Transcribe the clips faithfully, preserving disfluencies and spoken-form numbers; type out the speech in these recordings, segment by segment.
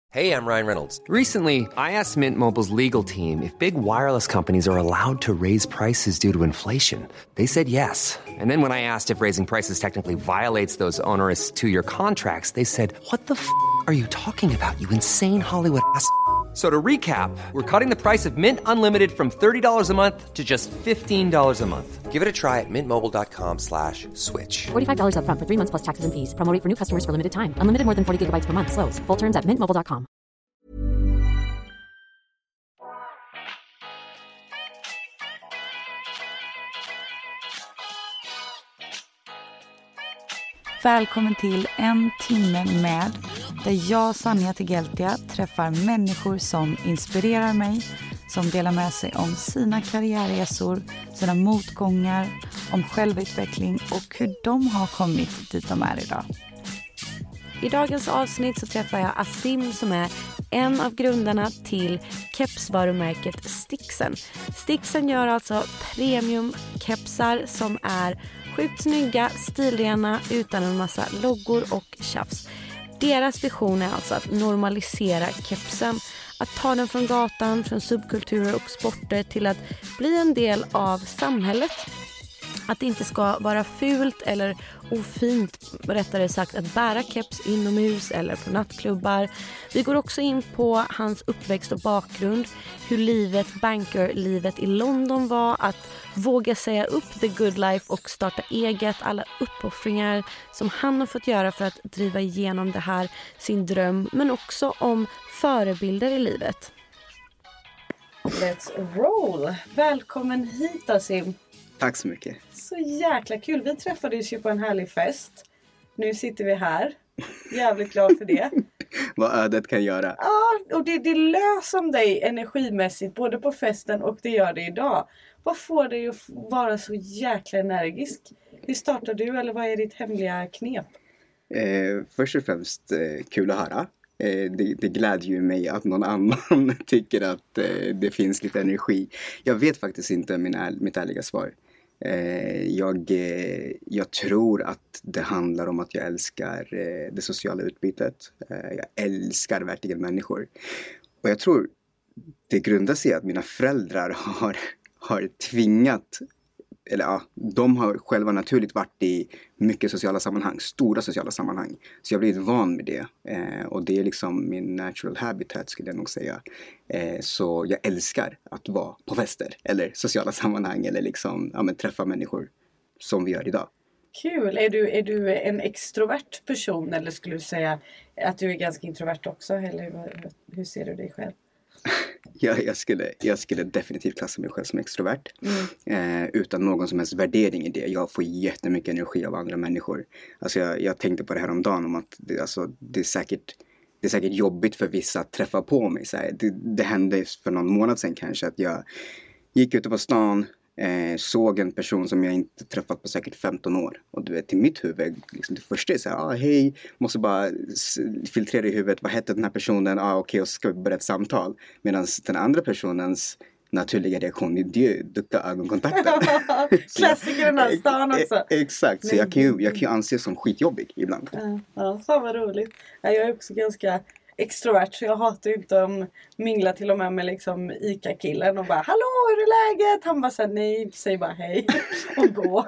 Hey, I'm Ryan Reynolds. Recently, I asked Mint Mobile's legal team if big wireless companies are allowed to raise prices due to inflation. They said yes. And then when I asked if raising prices technically violates those onerous two-year contracts, they said, "What the f*** are you talking about, you insane Hollywood ass?" So to recap, we're cutting the price of Mint Unlimited from thirty dollars a month to just fifteen dollars a month. Give it a try at mintmobile.com slash switch. forty-five dollars up front for three months plus taxes and fees. Promo rate for new customers for limited time. Unlimited more than forty gigabytes per month. Slows full terms at mint mobile dot com. Välkommen till En timme med, där jag, Sanja Tegeltia, träffar människor som inspirerar mig, som delar med sig om sina karriärresor, sina motgångar, om självutveckling och hur de har kommit dit de är idag. I dagens avsnitt så träffar jag Asim som är en av grundarna till kepsvarumärket Stixen. Stixen gör alltså premium-kepsar som är sjukt snygga, stilrena, utan en massa loggor och tjafs. Deras vision är alltså att normalisera kepsen. Att ta den från gatan, från subkulturer och sporter till att bli en del av samhället. Att det inte ska vara fult eller ofint, rättare sagt, att bära keps inomhus eller på nattklubbar. Vi går också in på hans uppväxt och bakgrund, hur livet, bankerlivet i London var, att våga säga upp the good life och starta eget, alla uppoffringar som han har fått göra för att driva igenom det här, sin dröm, men också om förebilder i livet. Let's roll! Välkommen hit, Asim. Tack så mycket. Så jäkla kul. Vi träffades ju på en härlig fest. Nu sitter vi här. Jävligt glad för det. Vad ödet kan göra. Ja, och det, det löser om dig energimässigt. Både på festen och det gör det idag. Vad får dig att vara så jäkla energisk? Hur startar du eller vad är ditt hemliga knep? Eh, först och främst eh, kul att höra. Eh, det, det glädjer ju mig att någon annan tycker att eh, det finns lite energi. Jag vet faktiskt inte min äl- mitt ärliga svar. Eh, jag, eh, jag tror att det handlar om att jag älskar eh, det sociala utbytet. Eh, jag älskar verkligen människor. Och jag tror det grundar sig i att mina föräldrar har, har tvingat, eller ja, de har själva naturligt varit i mycket sociala sammanhang, stora sociala sammanhang. Så jag har blivit van med det. Eh, och det är liksom min natural habitat, skulle jag nog säga. Eh, så jag älskar att vara på fester eller sociala sammanhang eller liksom, ja, men träffa människor som vi gör idag. Kul! Är du, är du en extrovert person eller skulle du säga att du är ganska introvert också? Eller hur, hur ser du dig själv? Jag, jag, skulle, jag skulle definitivt klassa mig själv som extrovert. Mm. Eh, utan någon som helst värdering i det. Jag får jättemycket energi av andra människor. Alltså jag, jag tänkte på det här om dagen om att det, alltså, det, är säkert, det är säkert jobbigt för vissa att träffa på mig. Så här, det, det hände för någon månad sedan kanske att jag gick ute på stan. Eh, såg en person som jag inte träffat på säkert femton år. Och du vet, i mitt huvud, liksom, det första är så här, ah, hej, måste bara s- filtrera i huvudet, vad hette den här personen? Ah, okej, okay, och så ska vi börja ett samtal. Medan den andra personens naturliga reaktion är ju ducka ögonkontakten. Klassiker den här stan också. Exakt, så jag kan ju, jag kan ju anses som skitjobbig ibland. Ja, ja, fan vad roligt. Jag är också ganska extrovert så jag hatar ju inte att mingla till och med med liksom Ica-killen och bara hallå, hur är läget? Han bara såhär nej, säg bara hej och gå.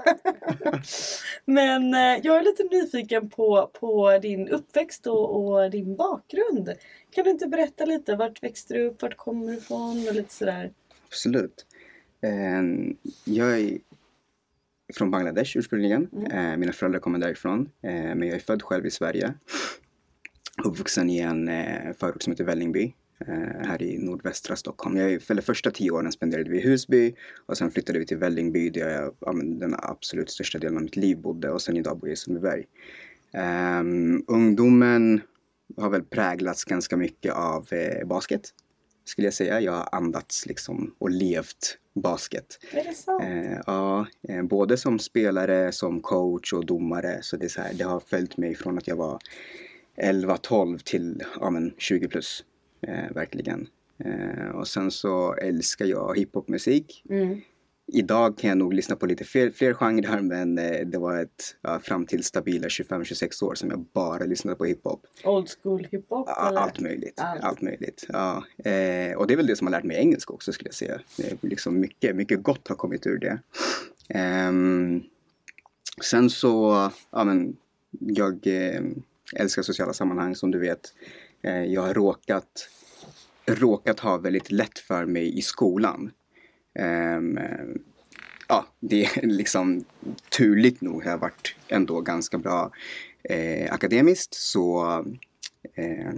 Men eh, jag är lite nyfiken på, på din uppväxt och, och din bakgrund. Kan du inte berätta lite, vart växte du upp, vart kommer du ifrån och lite sådär? Absolut. Eh, jag är från Bangladesh ursprungligen. Mm. Eh, mina föräldrar kommer därifrån. Eh, men jag är född själv i Sverige. Uppvuxen i en eh, förort som heter Vällingby. Eh, här i nordvästra Stockholm. Jag, för de första tio åren spenderade vi i Husby. Och sen flyttade vi till Vällingby där jag ja, men, den absolut största delen av mitt liv bodde. Och sen idag bor jag i Sundbyberg. Eh, ungdomen har väl präglats ganska mycket av eh, basket. Skulle jag säga. Jag har andats liksom och levt basket. Är det sant? Eh, ja, eh, både som spelare, som coach och domare. Så det, är så här, det har följt mig från att jag var elva tolv till ja, men tjugo plus. Eh, verkligen. Eh, och sen så älskar jag hiphopmusik. Mm. idag kan jag nog lyssna på lite fler, fler genrer, men eh, det var ett ja, fram till stabila tjugofem till tjugosex år som jag bara lyssnade på hiphop. Old school hiphop? Ja, eller? allt möjligt. Allt, allt möjligt. Ja. Eh, och det är väl det som har lärt mig engelska också, skulle jag säga. Det är liksom mycket, mycket gott har kommit ur det. Eh, sen så, ja men, jag eh, älskar sociala sammanhang som du vet. Eh, jag har råkat, råkat ha väldigt lätt för mig i skolan. Um, ja, det är liksom turligt nog har jag varit ändå ganska bra eh, akademiskt, så eh,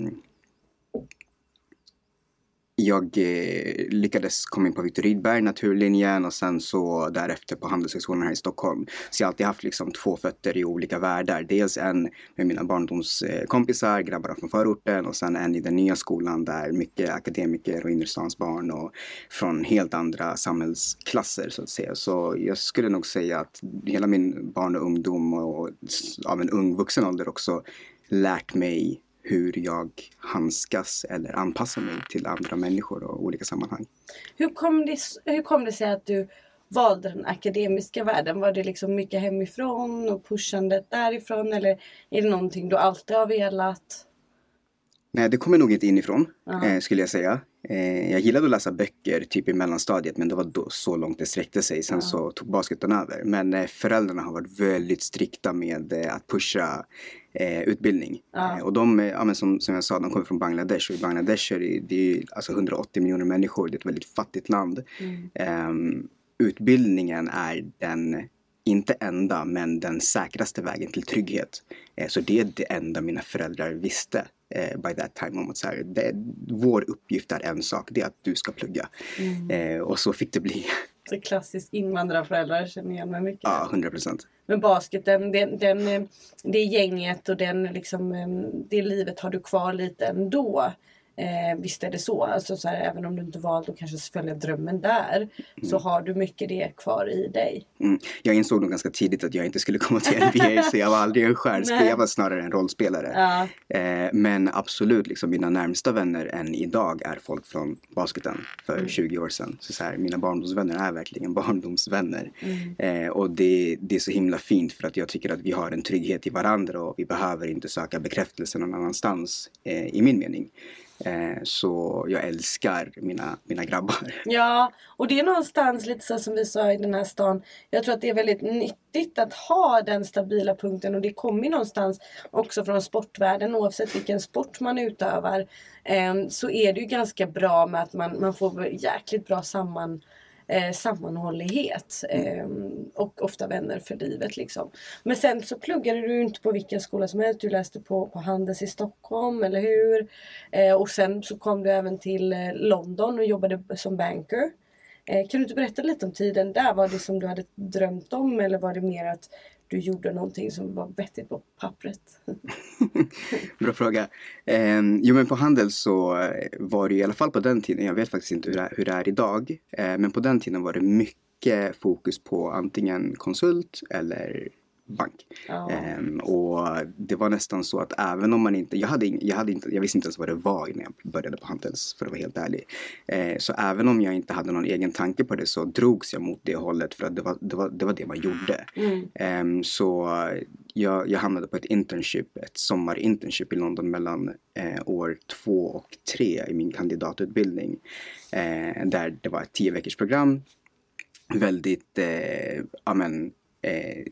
jag eh, lyckades komma in på Victor Rydberg naturlinjen och sen så därefter på Handelshögskolan här i Stockholm. Så jag har alltid haft liksom två fötter i olika världar. Dels en med mina barndomskompisar, grabbarna från förorten, och sen en i den nya skolan där mycket akademiker och innerstansbarn och från helt andra samhällsklasser så att säga. Så jag skulle nog säga att hela min barn och ungdom och av en ung vuxen ålder också lärt mig hur jag handskas eller anpassar mig till andra människor och olika sammanhang. Hur kom det, hur kom det sig att du valde den akademiska världen? Var det liksom mycket hemifrån och pushandet därifrån, eller är det någonting du alltid har velat? Nej, det kommer nog inte inifrån, eh, skulle jag säga. Eh, jag gillade att läsa böcker typ i mellanstadiet, men det var då så långt det sträckte sig. Sen uh-huh. så tog basketen över. Men eh, föräldrarna har varit väldigt strikta med eh, att pusha eh, utbildning. Uh-huh. Eh, och de, eh, ja, men som, som jag sa, de kommer från Bangladesh. Och i Bangladesh är det, det är alltså hundraåttio miljoner människor. Det är ett väldigt fattigt land. Mm. Eh, utbildningen är den, inte enda, men den säkraste vägen till trygghet. Eh, så det är det enda mina föräldrar visste. Eh, by that time om att så här, det, vår uppgift är en sak, det är att du ska plugga. Mm. Eh, och så fick det bli. Så klassiskt invandrarföräldrar känner igen mig mycket. Ja, hundra procent. Men basketen, den, den, det gänget och den, liksom, det livet har du kvar lite ändå. Eh, visst är det så, alltså, så här, även om du inte valt att kanske följa drömmen där, mm. så har du mycket det kvar i dig. Mm. Jag insåg nog ganska tidigt att jag inte skulle komma till N B A, så jag var aldrig en stjärnspelare, jag var snarare en rollspelare. Ja. Eh, men absolut, liksom, mina närmsta vänner än idag är folk från basketen för mm. tjugo år sedan. Så, så här, mina barndomsvänner är verkligen barndomsvänner. Mm. Eh, och det, det är så himla fint, för att jag tycker att vi har en trygghet i varandra och vi behöver inte söka bekräftelse någon annanstans, eh, i min mening. Eh, så jag älskar mina, mina grabbar. Ja, och det är någonstans lite så som vi sa i den här stan. Jag tror att det är väldigt nyttigt att ha den stabila punkten. Och det kommer någonstans också från sportvärlden. Oavsett vilken sport man utövar, eh, så är det ju ganska bra med att man, man får jäkligt bra samman Eh, sammanhållighet eh, och ofta vänner för livet liksom. Men sen så pluggade du inte på vilken skola som helst. Du läste på, på Handels i Stockholm, eller hur? Eh, och sen så kom du även till eh, London och jobbade som banker. Eh, kan du inte berätta lite om tiden där? Var det som du hade drömt om, eller var det mer att du gjorde någonting som var vettigt på pappret? Bra fråga. Eh, jo, men på Handel så var det i alla fall på den tiden, jag vet faktiskt inte hur det är, hur det är idag, eh, men på den tiden var det mycket fokus på antingen konsult eller bank. Oh. Um, och det var nästan så att även om man inte, jag hade, jag hade inte, jag visste inte ens vad det var innan jag började på Handels, för att vara helt ärlig. Uh, så även om jag inte hade någon egen tanke på det, så drogs jag mot det hållet, för att det var det, var, det, var det man gjorde. Mm. Um, så jag, jag hamnade på ett internship, ett sommarinternship i London mellan uh, år två och tre i min kandidatutbildning. Uh, där det var ett tio veckors program. Väldigt, uh, amen, uh,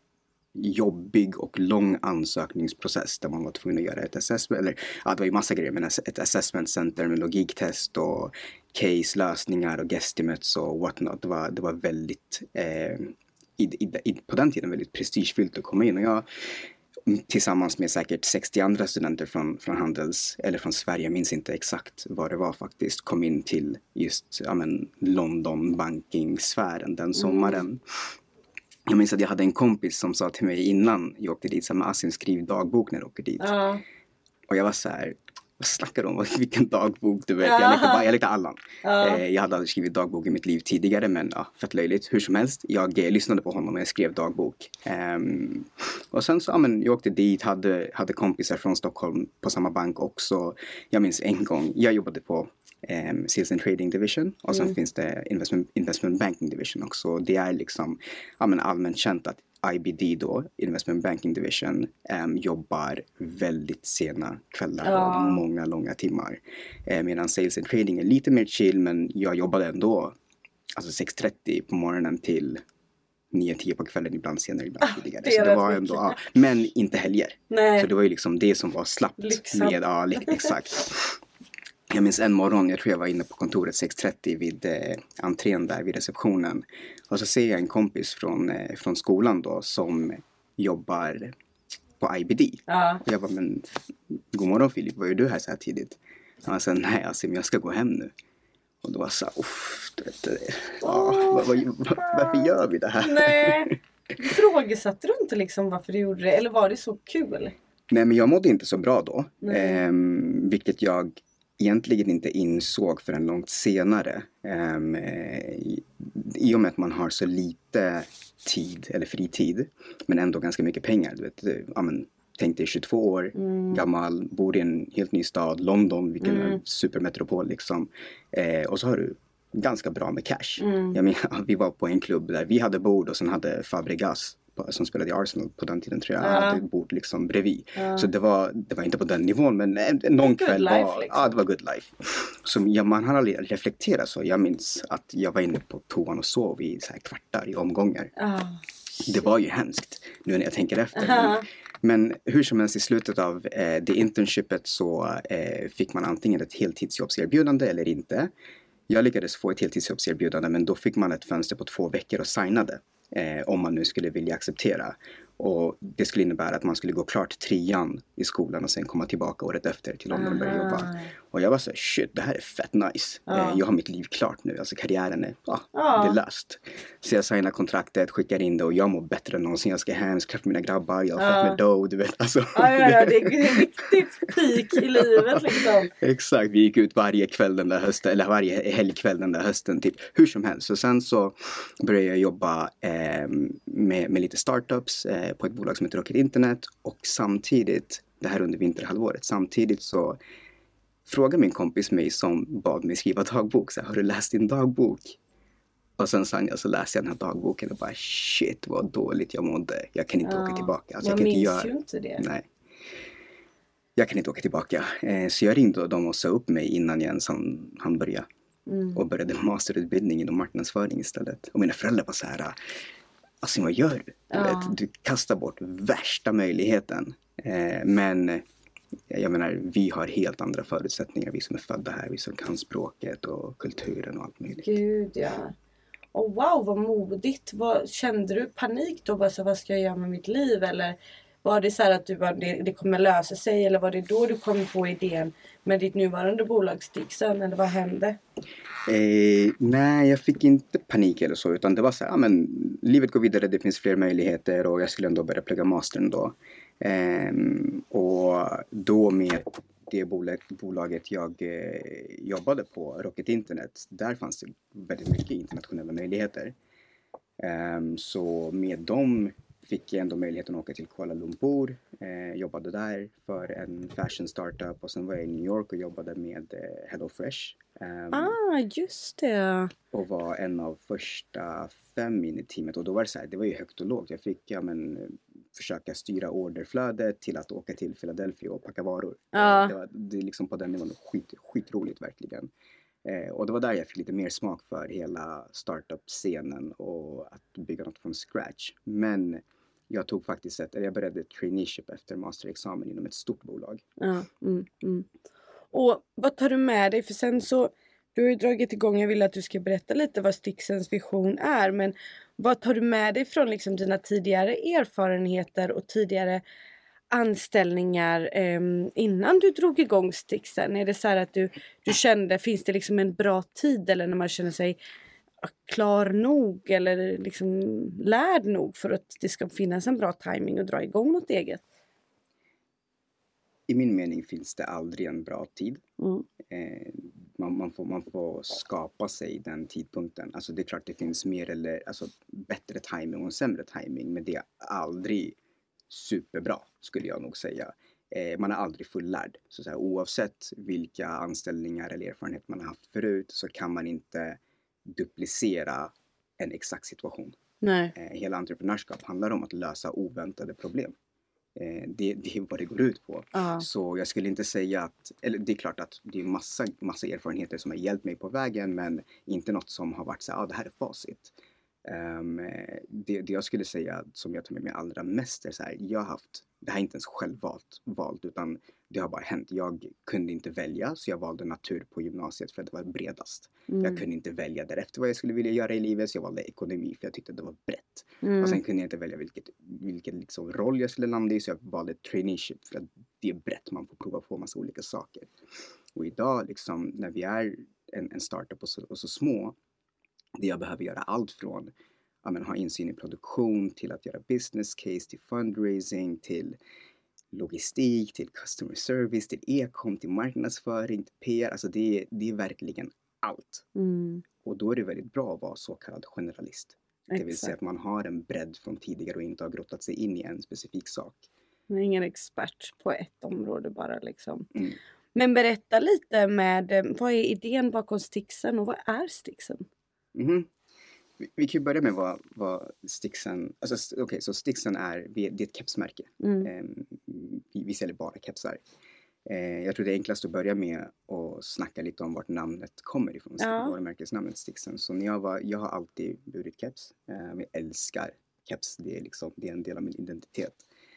jobbig och lång ansökningsprocess där man var tvungen att göra ett assessment, eller ja, det var ju massa grejer, men ett assessment center med logiktest och case-lösningar och guesstimates och whatnot. Det var, det var väldigt eh, i, i, i, på den tiden väldigt prestigefyllt att komma in, och jag tillsammans med säkert sextio andra studenter från, från Handels, eller från Sverige, jag minns inte exakt vad det var faktiskt, kom in till just ja, men, London banking-sfären den sommaren. Mm. Jag minns att jag hade en kompis som sa till mig innan jag åkte dit, så här, Asim, skriv dagbok när du åker dit. Uh. Och jag var så här, vad snackar du om? Vilken dagbok, du vet. Jag lekte, bara, jag lekte Allan. Ja. Eh, jag hade aldrig skrivit dagbok i mitt liv tidigare, men ja, fett löjligt. Hur som helst, jag eh, lyssnade på honom och jag skrev dagbok. Um, och sen så, ja men, jag åkte dit, hade, hade kompisar från Stockholm på samma bank också. Jag minns en gång, jag jobbade på um, Sales and Trading Division. Och sen Mm. finns det investment, investment Banking Division också. Det är liksom, ja men allmänt känt att I B D då, Investment Banking Division, um, jobbar väldigt sena kvällar Ja. och många långa timmar. Eh, medan Sales and Trading är lite mer chill, men jag jobbade ändå alltså sex trettio på morgonen till nio tio på kvällen, ibland senare, ibland tidigare. det är Så det rätt var mycket. ändå, ja, men inte helger. Nej. Så det var ju liksom det som var slappt Lyxat. med, ja, li- exakt. Jag minns en morgon, jag tror jag var inne på kontoret sex trettio vid eh, entrén där vid receptionen. Och så ser jag en kompis från, eh, från skolan då som jobbar på I B D. Ja. Och jag bara, men god morgon Filip, vad gör du här så här tidigt? Han sa, nej alltså, men jag ska gå hem nu. Och då var så här, uff, du vet, ja, vad, vad, vad, varför gör vi det här? Nej. Frågesatte du inte liksom varför du gjorde det? Eller var det så kul? Nej, men jag mådde inte så bra då. Ehm, vilket jag egentligen inte insåg förrän långt senare. Ehm, i, I och med att man har så lite tid, eller fritid, men ändå ganska mycket pengar. Du vet, ja, men, tänk dig tjugotvå år, gammal, bor i en helt ny stad, London, vilken är en supermetropol liksom. Eh, och så har du ganska bra med cash. Jag menar, vi var på en klubb där vi hade bord och sen hade Fabregas på, som spelade i Arsenal på den tiden, tror jag, Ja. hade ett bord liksom bredvid. Så det var, det var inte på den nivån, men eh, någon kväll life, var, liksom. ja, det var good life. Så ja, man har aldrig reflekterat så. Jag minns att jag var inne på toan och sov i så här kvartar i omgångar. Ah. Det var ju hemskt nu när jag tänker efter. Men, men hur som helst, i slutet av eh, det internshipet så eh, fick man antingen ett heltidsjobbserbjudande eller inte. Jag lyckades få ett heltidsjobbserbjudande, men då fick man ett fönster på två veckor och signade. Eh, om man nu skulle vilja acceptera. Och det skulle innebära att man skulle gå klart trean i skolan och sen komma tillbaka året efter till London och börja jobba. Och jag var så här, shit, det här är fett nice. Eh, jag har mitt liv klart nu, alltså karriären är, ja, det är löst. Så jag signar kontraktet, skickar in det och jag mår bättre än någonsin. Jag ska hem, ska träffa mina grabbar, jag har fett med dough, du vet. Alltså, Ja, ja, ja, det är riktigt peak i livet liksom. Exakt, vi gick ut varje kväll den där hösten, eller varje helgkväll den där hösten, typ hur som helst. Så sen så började jag jobba eh, med, med lite startups eh, på ett bolag som heter Rocket Internet. Och samtidigt, det här under vinterhalvåret, samtidigt så frågade min kompis mig som bad mig skriva dagbok, så här, har du läst din dagbok? Och sen sa jag, så läste jag den här dagboken och bara shit vad dåligt jag mådde. Jag kan inte Ja, åka tillbaka. Alltså, man jag kan inte minns göra... ju inte det. Nej. Jag kan inte åka tillbaka. Eh, så jag ringde dem och sa upp mig innan jag ens han, han började. Mm. Och började masterutbildning inom marknadsföring istället. Och mina föräldrar var så här, alltså vad gör du? Du, Ja. vet, du kastar bort värsta möjligheten. Eh, men jag menar, vi har helt andra förutsättningar. Vi som är födda här, vi som kan språket och kulturen och allt möjligt. Gud ja. Och wow vad modigt. Vad, kände du panik då? Bara så, vad ska jag göra med mitt liv? Eller var det så här att du bara, det, det kommer lösa sig? Eller var det då du kom på idén med ditt nuvarande bolag Stixen? Eller vad hände? Eh, nej, jag fick inte panik eller så, utan det var så här, ja, men livet går vidare, det finns fler möjligheter och jag skulle ändå börja plugga mastern då. Ehm, och då med det bolag, bolaget jag eh, jobbade på, Rocket Internet, där fanns det väldigt mycket internationella möjligheter. Ehm, så med dem fick jag ändå möjligheten att åka till Kuala Lumpur, eh, jobbade där för en fashion startup och sen var jag i New York och jobbade med eh, HelloFresh. Um, Ah, just det. och var en av första fem in i teamet och då var det så här, det var ju högt och lågt. Jag fick ja, men, försöka styra orderflödet till att åka till Philadelphia och packa varor. Ja. Det var det är liksom på den nivån skit, skitroligt verkligen. Eh, och det var där jag fick lite mer smak för hela startup-scenen och att bygga något från scratch. Men jag tog faktiskt ett, eller jag började ett traineeship efter masterexamen inom ett stort bolag. Ja, mm, mm. Och vad tar du med dig? För sen så, du har ju dragit igång, jag vill att du ska berätta lite vad Stixens vision är. Men vad tar du med dig från liksom dina tidigare erfarenheter och tidigare anställningar eh, innan du drog igång Stixen? Är det så här att du, du kände, finns det liksom en bra tid eller när man känner sig klar nog eller liksom lärd nog för att det ska finnas en bra timing och dra igång något eget? i min mening finns det aldrig en bra tid. Mm. Eh, man, man, får, man får skapa sig den tidpunkten. Alltså det är klart det finns mer eller alltså, bättre timing och sämre timing. Men det är aldrig superbra skulle jag nog säga. Eh, man är aldrig fullärd. Så, så här, oavsett vilka anställningar eller erfarenhet man har haft förut så kan man inte duplicera en exakt situation. Nej. Eh, hela entreprenörskap handlar om att lösa oväntade problem. Eh, det, det är vad det går ut på. Ja. Så jag skulle inte säga att, eller det är klart att det är massa, massa erfarenheter som har hjälpt mig på vägen, men inte något som har varit så ja ah, det här är facit. Um, det, det jag skulle säga som jag tar med mig allra mest är så här, jag har haft, det här är inte ens självvalt valt, utan det har bara hänt. Jag kunde inte välja, så jag valde natur på gymnasiet för att det var bredast. Mm. Jag kunde inte välja därefter vad jag skulle vilja göra i livet, så jag valde ekonomi för jag tyckte att det var brett. Mm. Och sen kunde jag inte välja vilket, vilken liksom roll jag skulle landa i, så jag valde traineeship för att det är brett, man får prova på massa olika saker. Och idag liksom, när vi är en, en startup och så, och så små, det jag behöver göra allt från ja, men, ha insyn i produktion till att göra business case, till fundraising, till logistik, till customer service, till e-com, till marknadsföring, till P R. Alltså det är, det är verkligen allt. Mm. Och då är det väldigt bra att vara så kallad generalist. Exakt. Det vill säga att man har en bredd från tidigare och inte har grottat sig in i en specifik sak. Man är ingen expert på ett område bara liksom. Mm. Men berätta lite med, vad är idén bakom Stixen och vad är Stixen? Mm-hmm. Vi, vi kan ju börja med vad, vad Stixen, alltså okej okay, så Stixen är, det är ett kepsmärke. Mm. Eh, vi, vi säljer bara kepsar. Eh, jag tror det är enklast att börja med att snacka lite om vart namnet kommer ifrån. Ja. Varumärkesnamnet Stixen. Så när jag var, jag har alltid burit keps. Eh, jag älskar keps, det är liksom, det är en del av min identitet.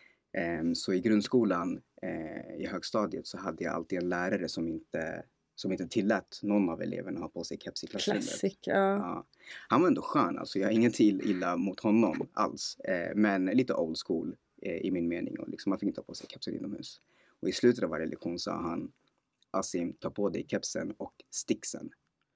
Eh, så i grundskolan, eh, i högstadiet så hade jag alltid en lärare som inte Som inte tillät någon av eleverna ha på sig keps i klassrummet. Klassik, ja. Ja. Han var ändå skön, alltså jag har ingenting illa mot honom alls. Eh, men lite old school eh, i min mening. Och liksom, man fick inte ha på sig kepsen inomhus. Och i slutet av varje lektion sa han: Asim, ta på dig kepsen och sticksen.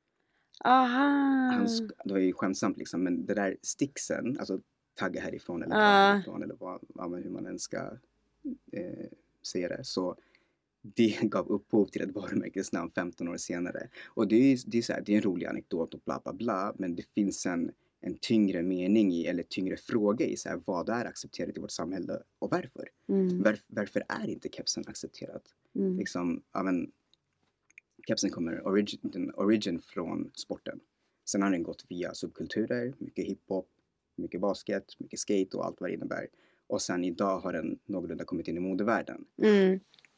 Aha. Han, det var ju skämtsamt liksom, men det där sticksen, alltså tagga härifrån eller ah. härifrån eller vad, ja, hur man än ska eh, säga det. Så det gav upphov till ett varumärkesnamn femton år senare. Och det är, det är, så här, det är en rolig anekdot och bla bla bla. Men det finns en, en tyngre mening i, eller tyngre fråga i så här, vad är accepterat i vårt samhälle och varför? Mm. Var, varför är inte kepsen accepterat? Mm. Liksom, ja, men, kepsen kommer origin, den origin från sporten. Sen har den gått via subkulturer, mycket hiphop, mycket basket, mycket skate och allt vad det innebär. Och sen idag har den någorlunda kommit in i modevärlden. Mm.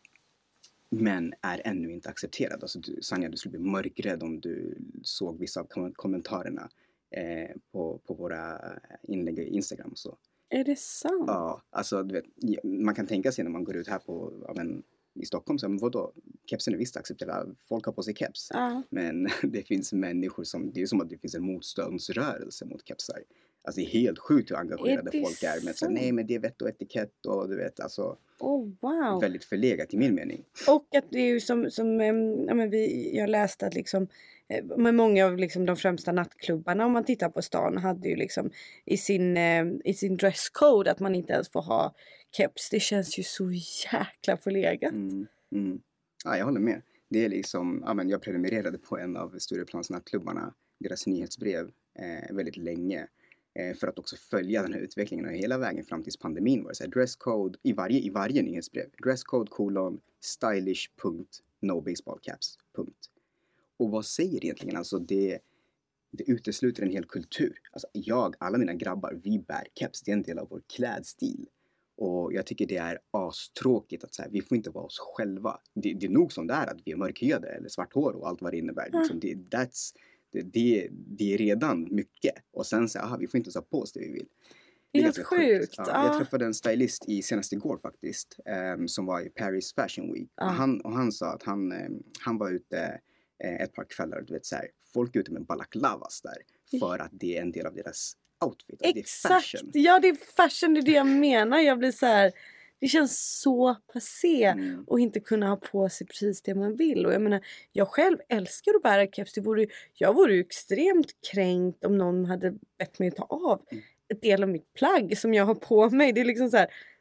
Men är ännu inte accepterad. Alltså du, Sanja, du skulle bli mörkrädd om du såg vissa av kom- kommentarerna eh, på, på våra inlägg i Instagram och så. Är det sant? Ja, alltså du vet, man kan tänka sig när man går ut här på, ja, men, i Stockholm, så men vadå? Kepsen är visst accepterad. Folk har på sig keps. Uh. Men det finns människor som, det är som att det finns en motståndsrörelse mot kepsar. Alltså det är helt sjukt hur engagerade är folk är med att säga nej men det är vett och etikett och du vet alltså. Oh, wow. Väldigt förlegat i min mening. Och att det är ju som, som ja, men vi, jag läste att liksom med många av liksom de främsta nattklubbarna om man tittar på stan hade ju liksom i sin, i sin dresscode att man inte ens får ha keps. Det känns ju så jäkla förlegat. Mm, mm. Ja, jag håller med. Det är liksom, ja, men jag prenumererade på en av Stureplans nattklubbarna, deras nyhetsbrev eh, väldigt länge. För att också följa den här utvecklingen och hela vägen fram tills pandemin var det så här dresscode i varje, i varje nyhetsbrev. Dresscode kolon stylish punkt no baseball caps punkt. Och vad säger egentligen? Alltså det, det utesluter en hel kultur. Alltså jag, alla mina grabbar, vi bär caps. Det är en del av vår klädstil. Och jag tycker det är astråkigt att så här, vi får inte vara oss själva. Det, det är nog som det är att vi är mörkhyade eller svart hår och allt vad det innebär. Mm. Liksom det, that's... Det, det, det är redan mycket. Och sen så, aha, vi får inte ta på oss det vi vill. Det är helt sjukt. Ja, ah. Jag träffade en stylist i senast igår faktiskt. Um, som var i Paris Fashion Week. Ah. Och, han, och han sa att han, um, han var ute uh, ett par kvällar. Du vet, så här, folk är ute med balaklavas där. För att det är en del av deras outfit. Exakt. Det är fashion. Ja, det är fashion. Det är det jag menar. Jag blir så här... Det känns så passé mm. och inte kunna ha på sig precis det man vill. Och jag menar, jag själv älskar att bära keps. Det vore, jag vore ju extremt kränkt om någon hade bett mig ta av mm. ett del av mitt plagg som jag har på mig. Det är liksom så här,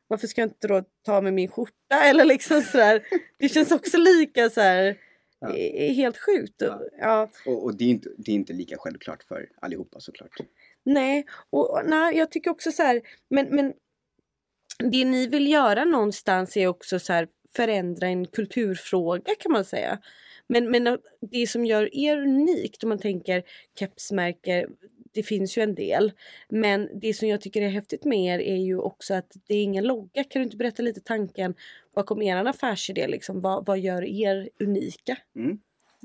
varför ska jag inte då ta med min skjorta? Eller liksom sådär. Det känns också lika så här, ja. helt sjukt. Ja. Ja. Och, och det, är inte, det är inte lika självklart för allihopa såklart. Nej, och nej, jag tycker också så här, men, men det ni vill göra någonstans är också så här, förändra en kulturfråga kan man säga. Men, men det som gör er unikt om man tänker kepsmärker, det finns ju en del. Men det som jag tycker är häftigt med er är ju också att det är ingen logga. Kan du inte berätta lite tanken bakom er affärsidé? Liksom? Vad, vad gör er unika? Mm.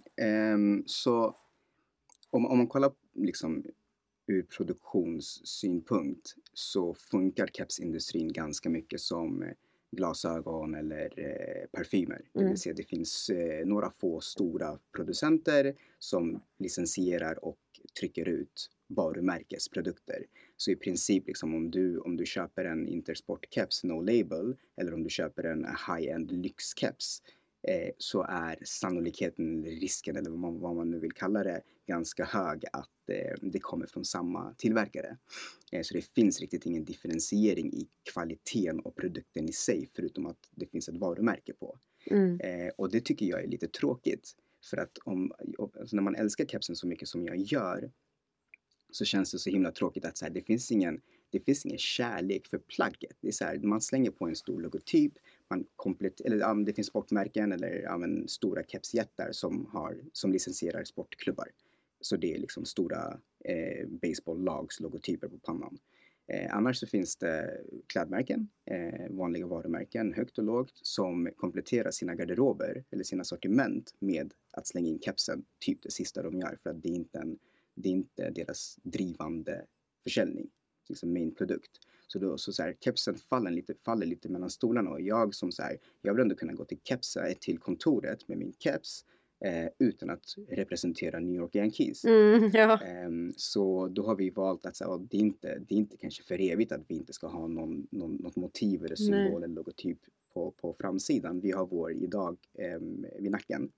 Um, så om, om man kollar liksom ur produktionssynpunkt så funkar kepsindustrin ganska mycket som glasögon eller eh, parfymer. Mm. Det vill säga det finns eh, några få stora producenter som licensierar och trycker ut varumärkesprodukter. Så i princip liksom om du, om du köper en Intersport-keps no label eller om du köper en high-end lyxkeps eh, så är sannolikheten, risken eller vad man, vad man nu vill kalla det ganska hög att eh, det kommer från samma tillverkare. Eh, så det finns riktigt ingen differentiering i kvaliteten och produkten i sig förutom att det finns ett varumärke på. Mm. Eh, och det tycker jag är lite tråkigt. För att om, alltså när man älskar kepsen så mycket som jag gör så känns det så himla tråkigt att så här, det finns ingen det finns ingen kärlek för plagget. Det är så här, man slänger på en stor logotyp, man komplet eller ja, det finns sportmärken eller ja, men, stora kepsjättar som har som licensierar sportklubbar. Så det är liksom stora eh, baseball-lags logotyper på pannan. Eh, annars så finns det klädmärken, eh, vanliga varumärken, högt och lågt, som kompletterar sina garderober eller sina sortiment med att slänga in kepsen, typ det sista de gör, för att det är inte, en, det är inte deras drivande försäljning, liksom main produkt. Så då så, så här, kepsen faller lite, faller lite mellan stolarna och jag som så här, jag vill ändå kunna gå till kepsa, till kontoret med min keps eh, utan att representera New York Yankees. Mm, ja. eh, så då har vi valt att så här, det, är inte, det är inte kanske för evigt att vi inte ska ha någon, någon, något motiv eller symbol Nej. eller logotyp på, på framsidan. Vi har vår idag eh, vid nacken.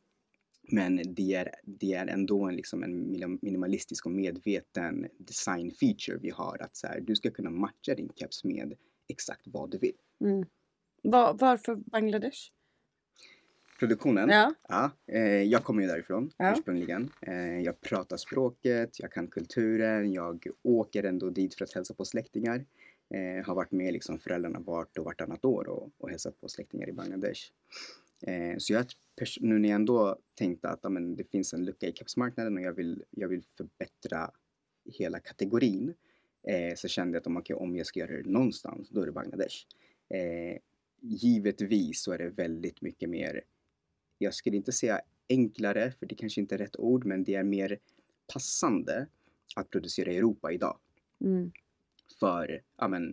Men det är, det är ändå en, liksom en minimalistisk och medveten design feature vi har. Att så här, du ska kunna matcha din keps med exakt vad du vill. Mm. Var, varför Bangladesh? Produktionen? Ja. ja eh, jag kommer ju därifrån ja. ursprungligen. Eh, jag pratar språket, jag kan kulturen. Jag åker ändå dit för att hälsa på släktingar. Eh, har varit med liksom föräldrarna vart och vartannat år och, och hälsat på släktingar i Bangladesh. Eh, så jag nu när jag ändå tänkte att amen, det finns en lucka i kepsmarknaden och jag vill, jag vill förbättra hela kategorin, eh, så kände jag att okay, om jag ska göra det någonstans, då är det Bangladesh. Eh, givetvis så är det väldigt mycket mer, jag skulle inte säga enklare, för det kanske inte är rätt ord, men det är mer passande att producera i Europa idag. Mm. För, amen,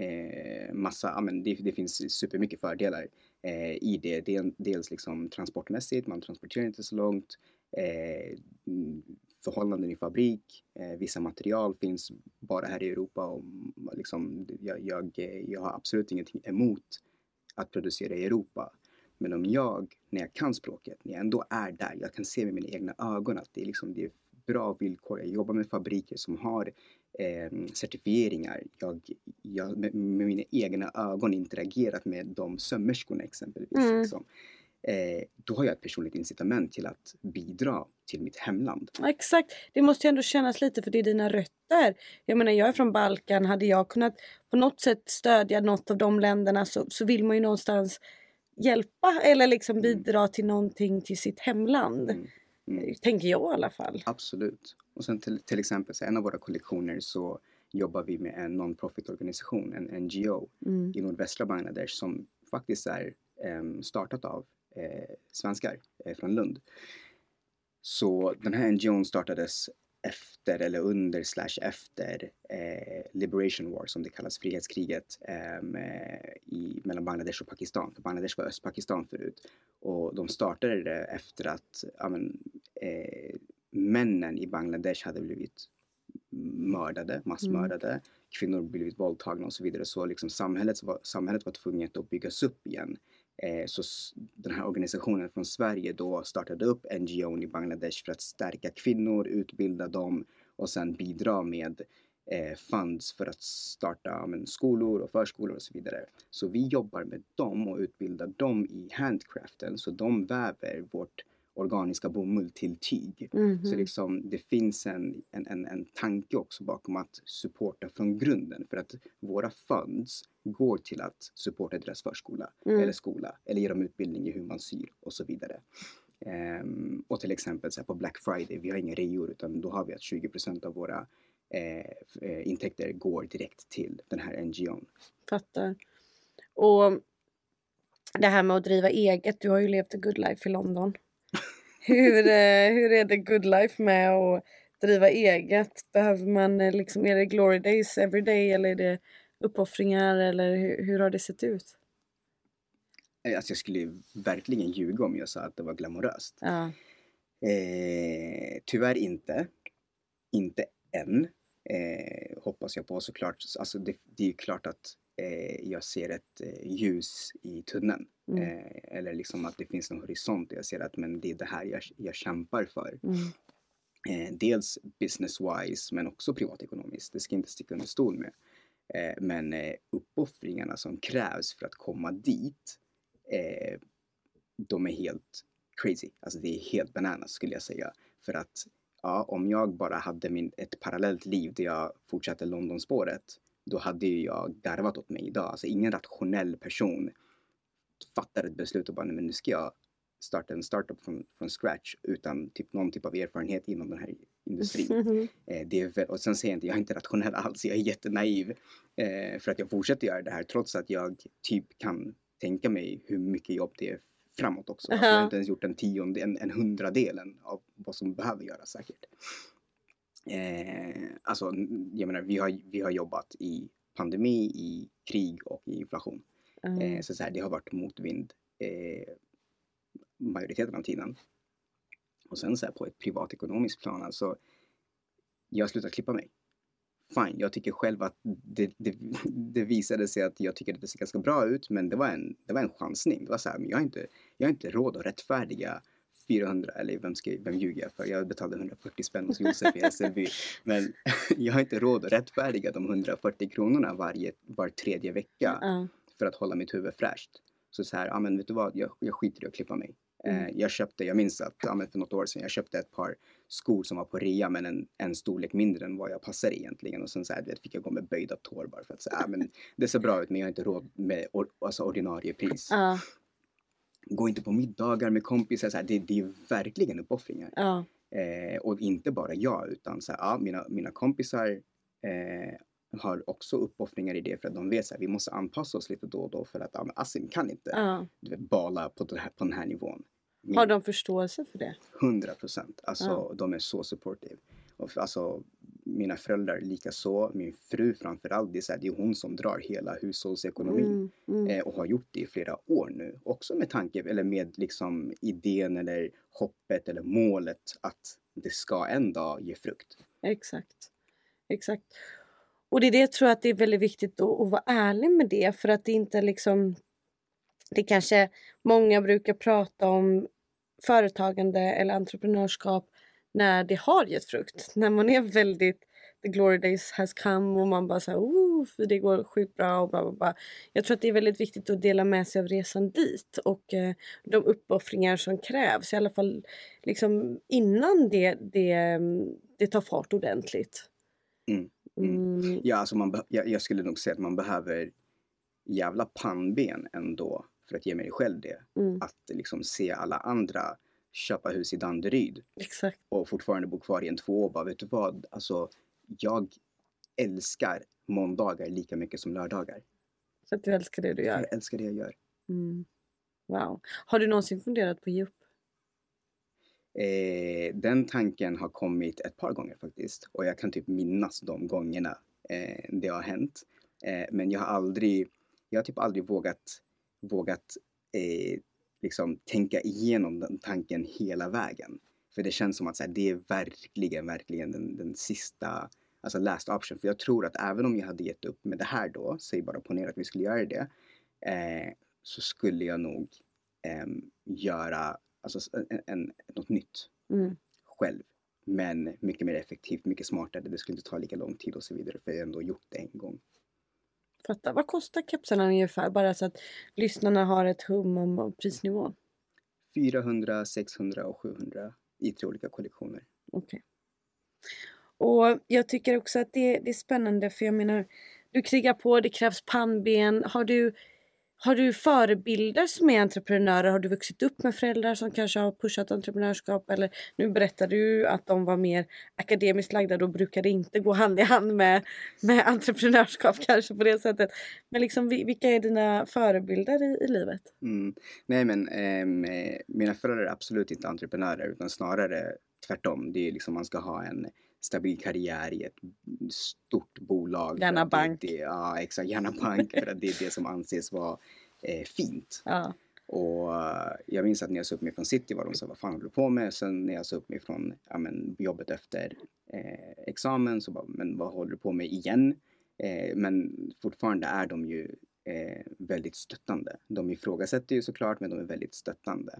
Eh, massa, ja, men det, det finns supermycket fördelar eh, i det. det är dels liksom transportmässigt, man transporterar inte så långt, eh, förhållanden i fabrik, eh, vissa material finns bara här i Europa och liksom, jag, jag, jag har absolut ingenting emot att producera i Europa. Men om jag, när jag kan språket, när jag ändå är där, jag kan se med mina egna ögon att det är, liksom, det är bra villkor. Jag jobbar med fabriker som har eh, certifieringar. Jag, jag med, med mina egna ögon interagerat med de sömmerskorna exempelvis. Mm. Liksom. Eh, då har jag ett personligt incitament till att bidra till mitt hemland. Ja, exakt, det måste ju ändå kännas lite för det är dina rötter. Jag menar, jag är från Balkan. Hade jag kunnat på något sätt stödja något av de länderna så, så vill man ju någonstans hjälpa eller liksom bidra mm. till någonting till sitt hemland. Mm. Mm. Tänker jag i alla fall. Absolut. Och sen till, till exempel så en av våra kollektioner så jobbar vi med en non-profit organisation, en N G O mm. i nordvästra Bangladesh som faktiskt är eh, startat av eh, svenskar eh, från Lund. Så den här N G O startades efter eller under slash efter eh, Liberation War, som det kallas, frihetskriget eh, i, mellan Bangladesh och Pakistan. För Bangladesh var Östpakistan förut. Och de startade det efter att ja, men, eh, männen i Bangladesh hade blivit mördade, massmördade. Mm. Kvinnor blivit våldtagna och så vidare. Så liksom samhället, var, samhället var tvunget att byggas upp igen. Eh, så den här organisationen från Sverige då startade upp N G O i Bangladesh för att stärka kvinnor, utbilda dem och sen bidra med eh, funds för att starta men, skolor och förskolor och så vidare. Så vi jobbar med dem och utbildar dem i handcraften. Så de väver vårt organiska bomull till tyg. Mhm. Så liksom, det finns en, en, en, en tanke också bakom att supporta från grunden. För att våra funds går till att supporta deras förskola Mm. eller skola. Eller ge dem utbildning i hur man syr och så vidare. Um, och till exempel så här, på Black Friday, vi har inga reor utan då har vi att tjugo procent av våra eh, intäkter går direkt till den här N G O:n. Fattar. Och det här med att driva eget, du har ju levt a good life i London. Hur, eh, hur är det good life med att driva eget? Behöver man eh, liksom, är det glory days every day eller är det uppoffringar eller hur, hur har det sett ut? Alltså jag skulle verkligen ljuga om jag sa att det var glamoröst. Ja. Eh, tyvärr inte. Inte än. Eh, hoppas jag på såklart. Alltså det, det är ju klart att eh, jag ser ett eh, ljus i tunneln. Mm. Eh, eller liksom att det finns en horisont. Jag ser att men det är det här jag, jag kämpar för. Mm. Eh, dels business-wise men också privatekonomiskt. Det ska inte sticka under stol med. Eh, men eh, uppoffringarna som krävs för att komma dit. Eh, de är helt crazy. Alltså det är helt bananas skulle jag säga. För att ja, om jag bara hade min, ett parallellt liv där jag fortsatte Londonspåret. Då hade ju jag garvat åt mig idag. Alltså ingen rationell person fattar ett beslut och bara nej, men nu ska jag starta en startup från, från scratch utan typ någon typ av erfarenhet inom den här industrin. Mm. Eh, det är väl, och sen säger jag inte, jag är inte rationell alls. Jag är jättenaiv eh, för att jag fortsätter göra det här trots att jag typ kan tänka mig hur mycket jobb det är framåt också. Alltså, jag har inte ens gjort en tionde, en, en hundradelen av vad som behöver göras säkert. Eh, alltså, jag menar, vi har, vi har jobbat i pandemi, i krig och i inflation. Mm. Eh, så, så här, det har varit motvind eh, majoriteten av tiden. Och sen så här, på ett privatekonomiskt plan, alltså, jag har slutat klippa mig. Fine, jag tycker själv att det, det, det visade sig att jag tycker att det ser ganska bra ut. Men det var en, det var en chansning. Det var så här, men jag har inte, jag har inte råd att rättfärdiga fyrahundra, eller vem, ska, vem ljuger jag för? Jag betalade hundrafyrtio spänn hos Josef i S L B. Men jag har inte råd att rättfärdiga de hundrafyrtio kronorna varje, var tredje vecka. Mm. För att hålla mitt huvud fräscht. Så så här, ja men vet du vad, jag, jag skiter i att klippa mig. Mm. Eh, jag köpte, jag minns att ja, men för något år sedan, jag köpte ett par skor som var på rea men en, en storlek mindre än vad jag passar egentligen. Och sen så här, vet, fick jag gå med böjda tår bara för att säga, ja men det ser bra ut men jag har inte råd med or, alltså ordinarie pris. Ja. Gå inte på middagar med kompisar, så här, det, det är verkligen uppoffringar. Ja. Eh, och inte bara jag utan så här, ja, mina, mina kompisar eh, har också uppoffringar i det för att de vet att vi måste anpassa oss lite då och då för att ja, Assim kan inte Ja. du vet, bala på den här, på den här nivån. Min, Har de förståelse för det? hundra procent. Alltså Ja. de är så supportive. Och för, alltså mina föräldrar lika så. Min fru framförallt, det är, så här, det är hon som drar hela hushållsekonomin. Mm, mm. Eh, och har gjort det i flera år nu. Också med tanke, eller med liksom idén eller hoppet eller målet att det ska en dag ge frukt. Exakt. Exakt. Och det är det jag tror att det är väldigt viktigt att, att vara ärlig med det. För att det inte liksom... Det kanske många brukar prata om företagande eller entreprenörskap när det har gett frukt. När man är väldigt... The glory days has come och man bara så här, oh, för det går sjukt bra och bla bla bla. Jag tror att det är väldigt viktigt att dela med sig av resan dit och eh, de uppoffringar som krävs. I alla fall liksom innan det, det, det tar fart ordentligt. Mm. Mm. Mm. Ja, alltså man be- jag, jag skulle nog säga att man behöver jävla pannben ändå för att ge mig själv det. Mm. Att liksom se alla andra köpa hus i Danderyd Exakt. och fortfarande bo kvar i en två och bara, vet du vad? Alltså, jag älskar måndagar lika mycket som lördagar. För att du älskar det du gör. Jag älskar det jag gör. Mm. Wow. Har du någonsin funderat på att ge upp? Eh, den tanken har kommit ett par gånger faktiskt. Och jag kan typ minnas de gångerna eh, det har hänt. Eh, men jag har aldrig, jag har typ aldrig vågat, vågat eh, liksom tänka igenom den tanken hela vägen. För det känns som att så här, det är verkligen, verkligen den, den sista, alltså last option. För jag tror att även om jag hade gett upp med det här då, säg bara ponera att vi skulle göra det. Eh, så skulle jag nog eh, göra alltså, en, en, något nytt Mm. själv. Men mycket mer effektivt, mycket smartare. Det skulle inte ta lika lång tid och så vidare. För jag har ändå gjort det en gång. Fatta. Vad kostar kepsarna ungefär? Bara så att lyssnarna har ett hum om prisnivån. fyrahundra, sexhundra och sjuhundra i tre olika kollektioner. Okej. Okay. Och jag tycker också att det, det är spännande. För jag menar, du krigar på, det krävs pannben. Har du, har du förebilder som är entreprenörer? Har du vuxit upp med föräldrar som kanske har pushat entreprenörskap? Eller nu berättar du att de var mer akademiskt lagda. Då brukar det inte gå hand i hand med, med entreprenörskap kanske på det sättet. Men liksom, vilka är dina förebilder i, i livet? Mm. Nej men eh, mina föräldrar är absolut inte entreprenörer. Utan snarare tvärtom. Det är liksom man ska ha en stabil karriär i ett stort bolag. Gärna bank. Det, det, ja, exakt. Gärna bank. För att det är det som anses vara eh, fint. Ja. Och uh, jag minns att när jag såg upp mig från City var de så vad fan håller du på med? Sen när jag såg upp mig från ja, men, jobbet efter eh, examen så bara, men vad håller du på med igen? Eh, men fortfarande är de ju eh, väldigt stöttande. De ifrågasätter ju såklart, men de är väldigt stöttande.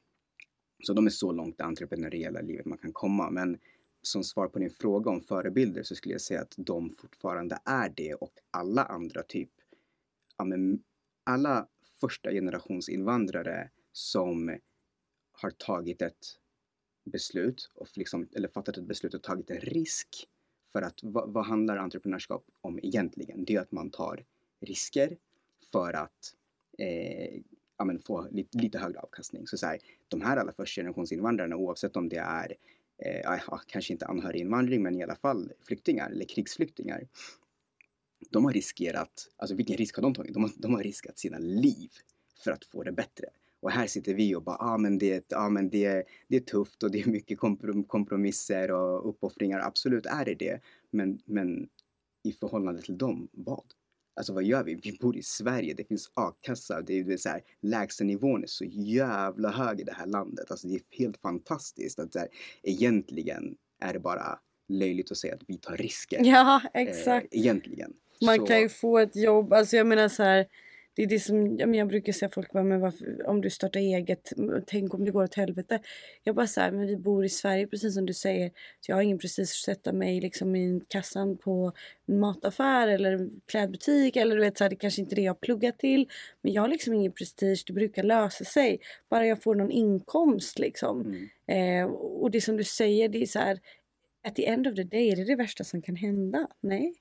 Så de är så långt det entreprenöriella livet man kan komma. Men som svar på din fråga om förebilder så skulle jag säga att de fortfarande är det. Och alla andra typ, ja, men alla första generations invandrare som har tagit ett beslut och liksom, eller fattat ett beslut och tagit en risk. För att vad, vad handlar entreprenörskap om egentligen? Det är att man tar risker för att eh, ja, men få lite, lite högre avkastning. Så, så här, de här alla första generationsinvandrarna, oavsett om det är eh, ja, kanske inte anhöriginvandring, men i alla fall flyktingar eller krigsflyktingar. De har riskerat, alltså vilken risk har de tagit? De har, de har riskat sina liv för att få det bättre. Och här sitter vi och bara, ah, men det, ah, men det, det är tufft och det är mycket kompromisser och uppoffringar. Absolut är det det. Men, men i förhållande till dem, vad? Alltså vad gör vi? Vi bor i Sverige, det finns a-kassa, det är, det är så här, lägsta nivån är så jävla hög i det här landet. Alltså det är helt fantastiskt att så här, egentligen är det bara löjligt att säga att vi tar risker. Ja, exakt. Eh, egentligen. Man så... kan ju få ett jobb, alltså jag menar så här, det är det som, jag, menar, jag brukar säga folk, men varför, om du startar eget, tänk om det går åt helvete. Jag bara så här, men vi bor i Sverige precis som du säger, så jag har ingen precis att sätta mig liksom i kassan på en mataffär eller klädbutik, eller du vet så här, det kanske inte är det jag pluggar till, men jag har liksom ingen prestige, det brukar lösa sig, bara jag får någon inkomst liksom. Mm. Eh, och det som du säger, det är så här, at the end of the day, är det det värsta som kan hända? Nej.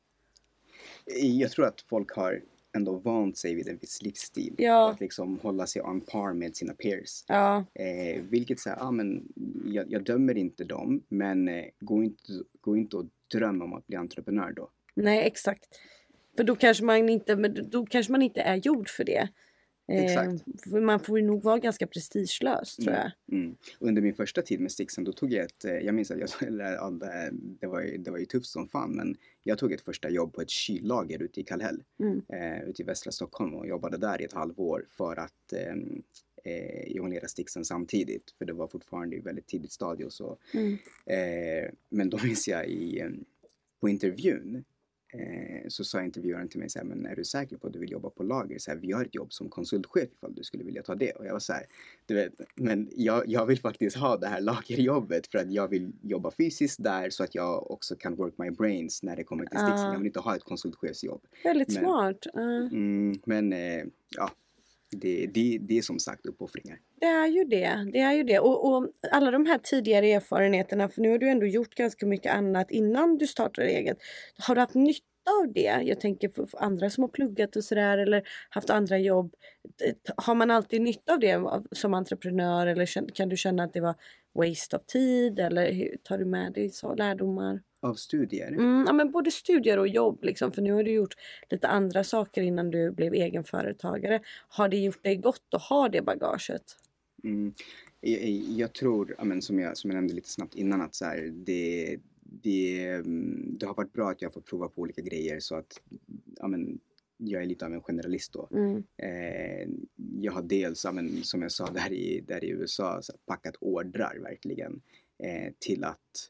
Jag tror att folk har ändå vant sig vid en viss livsstil. Ja. Att liksom hålla sig on par med sina peers. Ja. Eh, vilket säger, ja men jag, jag dömer inte dem. Men eh, gå, inte, gå inte och drömma om att bli entreprenör då. Nej, exakt. För då kanske man inte, men då kanske man inte är gjord för det. Exakt. Eh, man får ju nog vara ganska prestigelös, tror jag. Mm, mm. Under min första tid med Stixen, då tog jag ett, jag minns att jag, eller, det, var, det var ju tufft som fan, men jag tog ett första jobb på ett kyllager ute i Kallhäll, mm. eh, ute i västra Stockholm, och jobbade där i ett halvår för att eh, eh, jonglera Stixen samtidigt, för det var fortfarande i väldigt tidigt stadie och så. Mm. Eh, men då minns jag i, på intervjun, Eh, så sa intervjuaren till mig så här, men är du säker på att du vill jobba på lager? Så här, vi har ett jobb som konsultchef ifall du skulle vilja ta det. Och jag var så här, du vet, men jag, jag vill faktiskt ha det här lagerjobbet för att jag vill jobba fysiskt där så att jag också kan work my brains när det kommer till Stixen. Uh. Jag vill inte ha ett konsultchefsjobb. Väldigt men, smart. Uh. Mm, men eh, ja, det, det, det är som sagt uppoffringar. Det är ju det, det är ju det. Och, och alla de här tidigare erfarenheterna, för nu har du ändå gjort ganska mycket annat innan du startade eget. Har du haft nytta av det? Jag tänker för andra som har pluggat och sådär, eller haft andra jobb. Har man alltid nytta av det som entreprenör, eller kan du känna att det var waste of tid, eller tar du med dig så lärdomar? Av studier? Mm, ja, men både studier och jobb liksom, för nu har du gjort lite andra saker innan du blev egenföretagare. Har det gjort dig gott att ha det bagaget? Mm, jag, jag tror, ja, men som, jag, som jag nämnde lite snabbt innan, att så här, det, det, det har varit bra att jag får prova på olika grejer, så att ja, men, jag är lite av en generalist då. Mm. Eh, jag har dels, ja, men, som jag sa där i, där i U S A, så här, packat ordrar verkligen eh, till att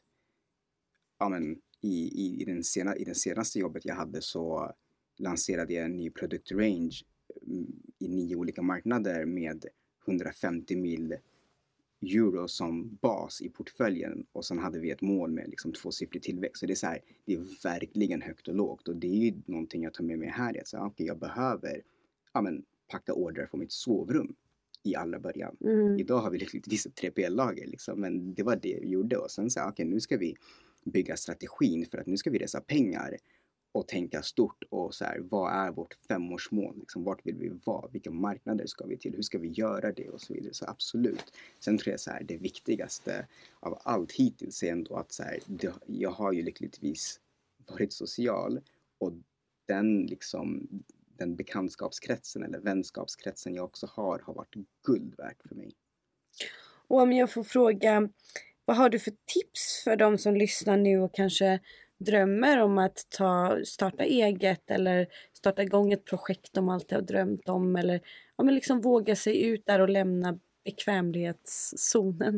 ja, men, i, i, i, den sena, i den senaste jobbet jag hade så lanserade jag en ny produktrange i nio olika marknader med hundrafemtio mil euro som bas i portföljen och sen hade vi ett mål med liksom tvåsiffrig tillväxt. Så det är så här, det är verkligen högt och lågt och det är ju någonting jag tar med mig här. Att säga, okay, jag behöver ja, men, packa order från mitt sovrum i allra början. Mm. Idag har vi lyckligtvis ett tre P-lager liksom, men det var det vi gjorde och sen så här, okej okay, nu ska vi bygga strategin för att nu ska vi resa pengar och tänka stort och så här, vad är vårt femårsmål? Liksom, vart vill vi vara? Vilka marknader ska vi till? Hur ska vi göra det? Och så vidare. Så absolut. Sen tror jag så här, det viktigaste av allt hittills är ändå att så här, det, jag har ju lyckligtvis varit social och den liksom den bekantskapskretsen eller vänskapskretsen jag också har har varit guld värt för mig. Och om jag får fråga, vad har du för tips för de som lyssnar nu och kanske drömmer om att ta, starta eget eller starta igång ett projekt de alltid har drömt om eller ja, men liksom våga sig ut där och lämna bekvämlighetszonen?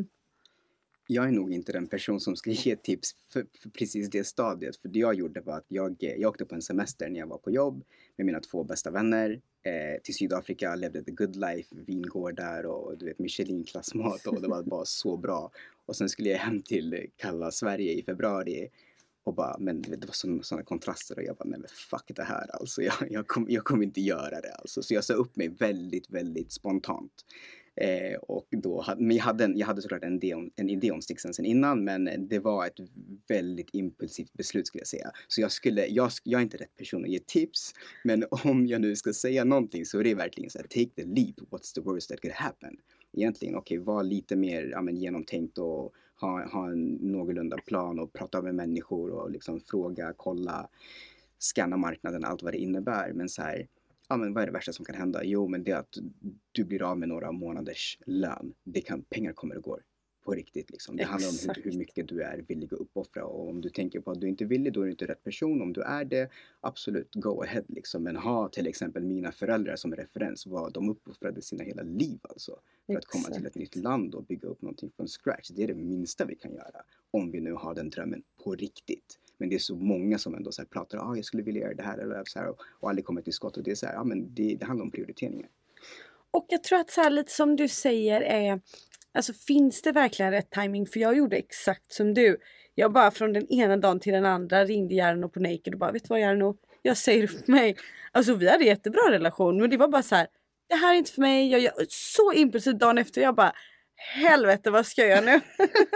Jag är nog inte den person som ska ge tips för, för precis det stadiet. För det jag gjorde var att jag, jag åkte på en semester när jag var på jobb med mina två bästa vänner eh, till Sydafrika, levde the good life, vingårdar och du vet Michelin-klassmat och det var bara så bra. Och sen skulle jag hem till kalla Sverige i februari och bara, men det var sådana kontraster och jag bara, nej men fuck det här alltså, jag, jag, kom, jag kommer inte göra det alltså. Så jag sa upp mig väldigt, väldigt spontant. Eh, och då hade, men jag hade, en, jag hade såklart en idé om, en idé om Stixen sen innan, men det var ett väldigt impulsivt beslut skulle jag säga. Så jag skulle, jag, jag är inte rätt person att ge tips, men om jag nu ska säga någonting så är det verkligen så här, take the leap, what's the worst that could happen? Egentligen, okej, okay, var lite mer ja, men, genomtänkt och ha, ha en någorlunda plan och prata med människor och liksom fråga, kolla, scanna marknaden, allt vad det innebär, men så här, ja, men vad är det värsta som kan hända? Jo, men det är att du blir av med några månaders lön. Det kan, pengar kommer och går på riktigt. Liksom. Det handlar om hur, hur mycket du är villig att uppoffra. Och om du tänker på att du inte är villig, då är du inte rätt person. Om du är det, absolut, go ahead. Liksom. Men ha till exempel mina föräldrar som referens. Vad de uppoffrade sina hela liv alltså. För Exakt. Att komma till ett nytt land och bygga upp någonting från scratch. Det är det minsta vi kan göra. Om vi nu har den drömmen på riktigt. Men det är så många som ändå så här pratar, ah, jag skulle vilja göra det här eller så här, och, och aldrig kommer till skott. Och det är så här, ja men det, det handlar om prioriteringar. Och jag tror att så här lite som du säger är, alltså finns det verkligen rätt timing? För jag gjorde exakt som du. Jag bara från den ena dagen till den andra ringde Jarno på Naked och bara, vet du vad Jarno? Jag säger upp mig. Alltså vi hade jättebra relation, men det var bara så här, det här är inte för mig. Jag gör så impulsivt dagen efter, jag bara, helvete vad ska jag göra nu?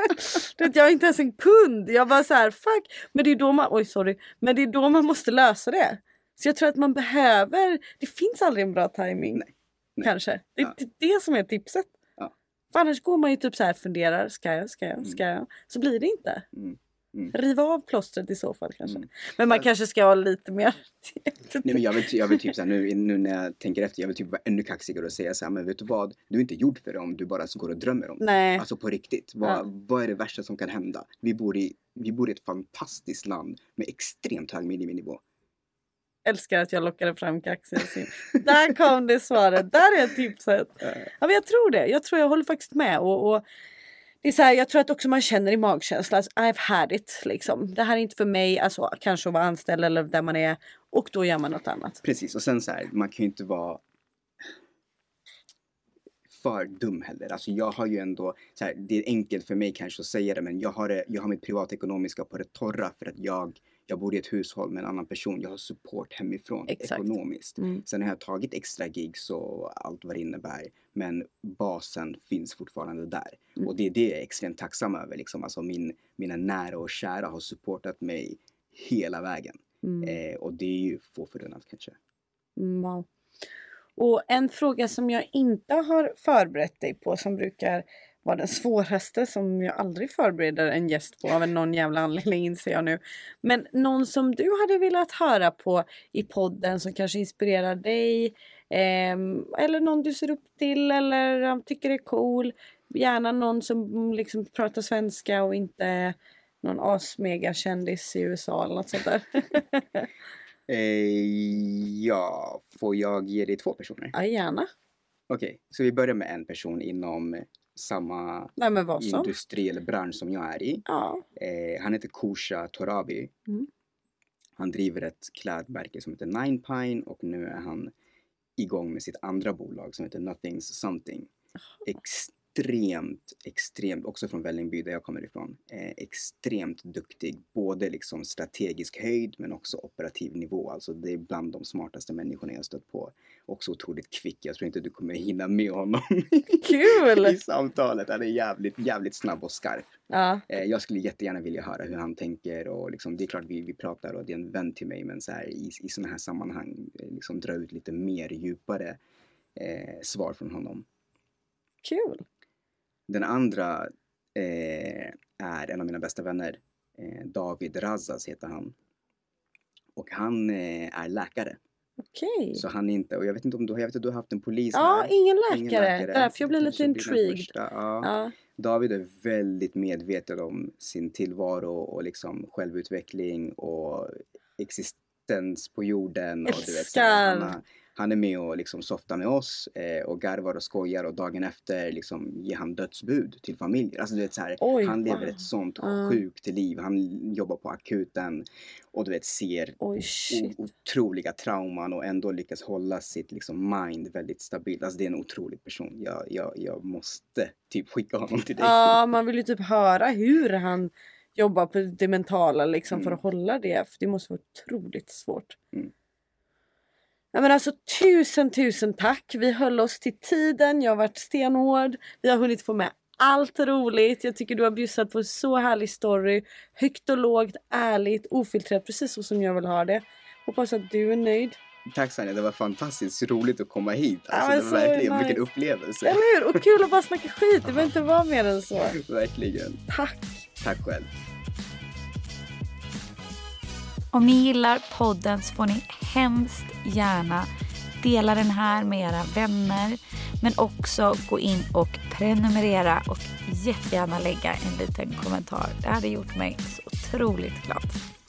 Jag är inte ens en kund. Jag bara så här, fuck. Men det är då man, oj sorry. Men det är då man måste lösa det. Så jag tror att man behöver, det finns aldrig en bra timing. Nej. Nej. Kanske. Det är ja. det som är tipset. Ja. För annars går man ju typ så här, funderar, ska jag, ska jag, ska jag? Så blir det inte. Mm. Mm. Riva av plåstret i så fall kanske. Mm. Men man kanske ska ha lite mer. Nej, men jag vill, jag vill typ så här, nu, nu när jag tänker efter, jag vill typ vara ännu kaxigare och säga så här, men vet du vad, du är inte gjord för det om du bara så går och drömmer om det. Nej. Alltså på riktigt, vad, ja. vad är det värsta som kan hända? Vi bor i, vi bor i ett fantastiskt land med extremt hög miniminivå. Älskar att jag lockade fram kaxig. Där kom det svaret, där är tipset. Ja, men jag tror det, jag tror jag håller faktiskt med och, och det är så här, jag tror att också man känner i magkänslan, alltså, I've had it liksom. Det här är inte för mig, alltså kanske att vara anställd eller där man är, och då gör man något annat. Precis, och sen så här, man kan ju inte vara för dum heller. Alltså jag har ju ändå, så här, det är enkelt för mig kanske att säga det, men jag har, det, jag har mitt privatekonomiska på det torra för att jag, jag bor i ett hushåll med en annan person. Jag har support hemifrån. Exakt. Ekonomiskt. Mm. Sen har jag tagit extra gigs och allt vad det innebär. Men basen finns fortfarande där. Mm. Och det är det jag är extremt tacksam över. Liksom. Alltså min, mina nära och kära har supportat mig hela vägen. Mm. Eh, och det är ju få förunnat kanske. Mm, wow. Och en fråga som jag inte har förberett dig på, som brukar vara den svåraste, som jag aldrig förbereder en gäst på av någon jävla anledning, inser jag nu. Men någon som du hade velat höra på i podden som kanske inspirerar dig, eh, eller någon du ser upp till eller tycker är cool. Gärna någon som liksom pratar svenska och inte någon asmega kändis i U S A eller något sånt där. Eh, ja, får jag ge dig två personer? Ja, gärna. Okej, okay, så vi börjar med en person inom samma Nej, industri eller bransch som jag är i. Ja. Eh, han heter Kusha Torabi. Mm. Han driver ett klädmärke som heter Nine Pine och nu är han igång med sitt andra bolag som heter Nothing's Something. Ex- extremt, extremt, också från Vällingby där jag kommer ifrån, eh, extremt duktig, både liksom strategisk höjd men också operativ nivå. Alltså det är bland de smartaste människorna jag stött på. Också otroligt kvick, jag tror inte du kommer hinna med honom Kul! i samtalet. Han är jävligt, jävligt snabb och skarp. Ja. Eh, jag skulle jättegärna vilja höra hur han tänker och liksom, det är klart vi, vi pratar och det är en vän till mig, men så här, i, i sådana här sammanhang eh, liksom dra ut lite mer djupare eh, svar från honom. Kul! Den andra eh, är en av mina bästa vänner. Eh, David Razas heter han. Och han eh, är läkare. Okej. Så han är inte, och jag vet inte om du, jag vet att du har haft en polis Ja, här. ingen läkare. Ingen läkare. Därför jag blir Det lite kanske blir den intrigued. första. Ja. Ja. David är väldigt medveten om sin tillvaro och liksom självutveckling och existens på jorden. Och du vet, så här, han, har, han är med och liksom softar med oss eh, och garvar och skojar, och dagen efter liksom ger han dödsbud till familjer. Alltså du vet så här, Oj, han lever wow. ett sånt Uh. sjukt liv. Han jobbar på akuten och du vet ser Oj, shit. o- otroliga trauman och ändå lyckas hålla sitt liksom mind väldigt stabilt. Alltså det är en otrolig person. Jag, jag, jag måste typ skicka honom till dig. Ja, man vill ju typ höra hur han jobbar på det mentala liksom Mm. för att hålla det. För det måste vara otroligt svårt. Mm. Ja, men alltså tusen tusen tack. Vi höll oss till tiden. Jag har varit stenhård. Vi har hunnit få med allt roligt. Jag tycker du har bjussat på så härlig story. Högt och lågt, ärligt, ofiltrerat. Precis så som jag vill ha det. Hoppas att du är nöjd. Tack Sanja, det var fantastiskt roligt att komma hit. Ja, Alltså, men det var så verkligen, nice. vilken upplevelse. Eller hur? Och kul att bara snacka skit. Det behöver inte vara mer än så. Verkligen. Tack. Tack själv. Om ni gillar podden så får ni hemskt gärna dela den här med era vänner. Men också gå in och prenumerera och jättegärna lägga en liten kommentar. Det hade gjort mig så otroligt glad.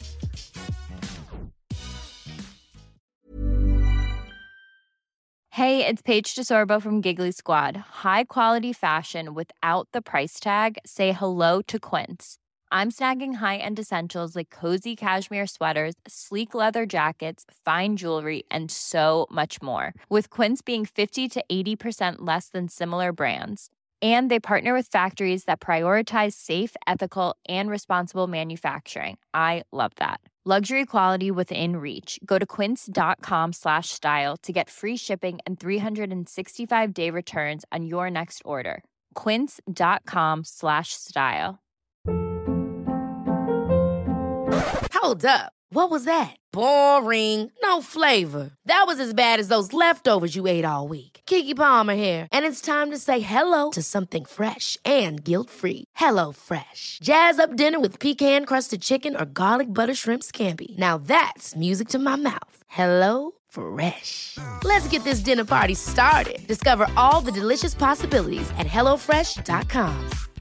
Hey, it's Paige DeSorbo from Giggly Squad. High quality fashion without the price tag. Say hello to Quince. I'm snagging high-end essentials like cozy cashmere sweaters, sleek leather jackets, fine jewelry, and so much more. With Quince being fifty to eighty percent less than similar brands. And they partner with factories that prioritize safe, ethical, and responsible manufacturing. I love that. Luxury quality within reach. Go to quince.com slash style to get free shipping and three sixty-five day returns on your next order. Quince.com slash style. Hold up. What was that? Boring. No flavor. That was as bad as those leftovers you ate all week. Keke Palmer here, and it's time to say hello to something fresh and guilt-free. Hello Fresh. Jazz up dinner with pecan-crusted chicken or garlic butter shrimp scampi. Now that's music to my mouth. Hello Fresh. Let's get this dinner party started. Discover all the delicious possibilities at hello fresh dot com.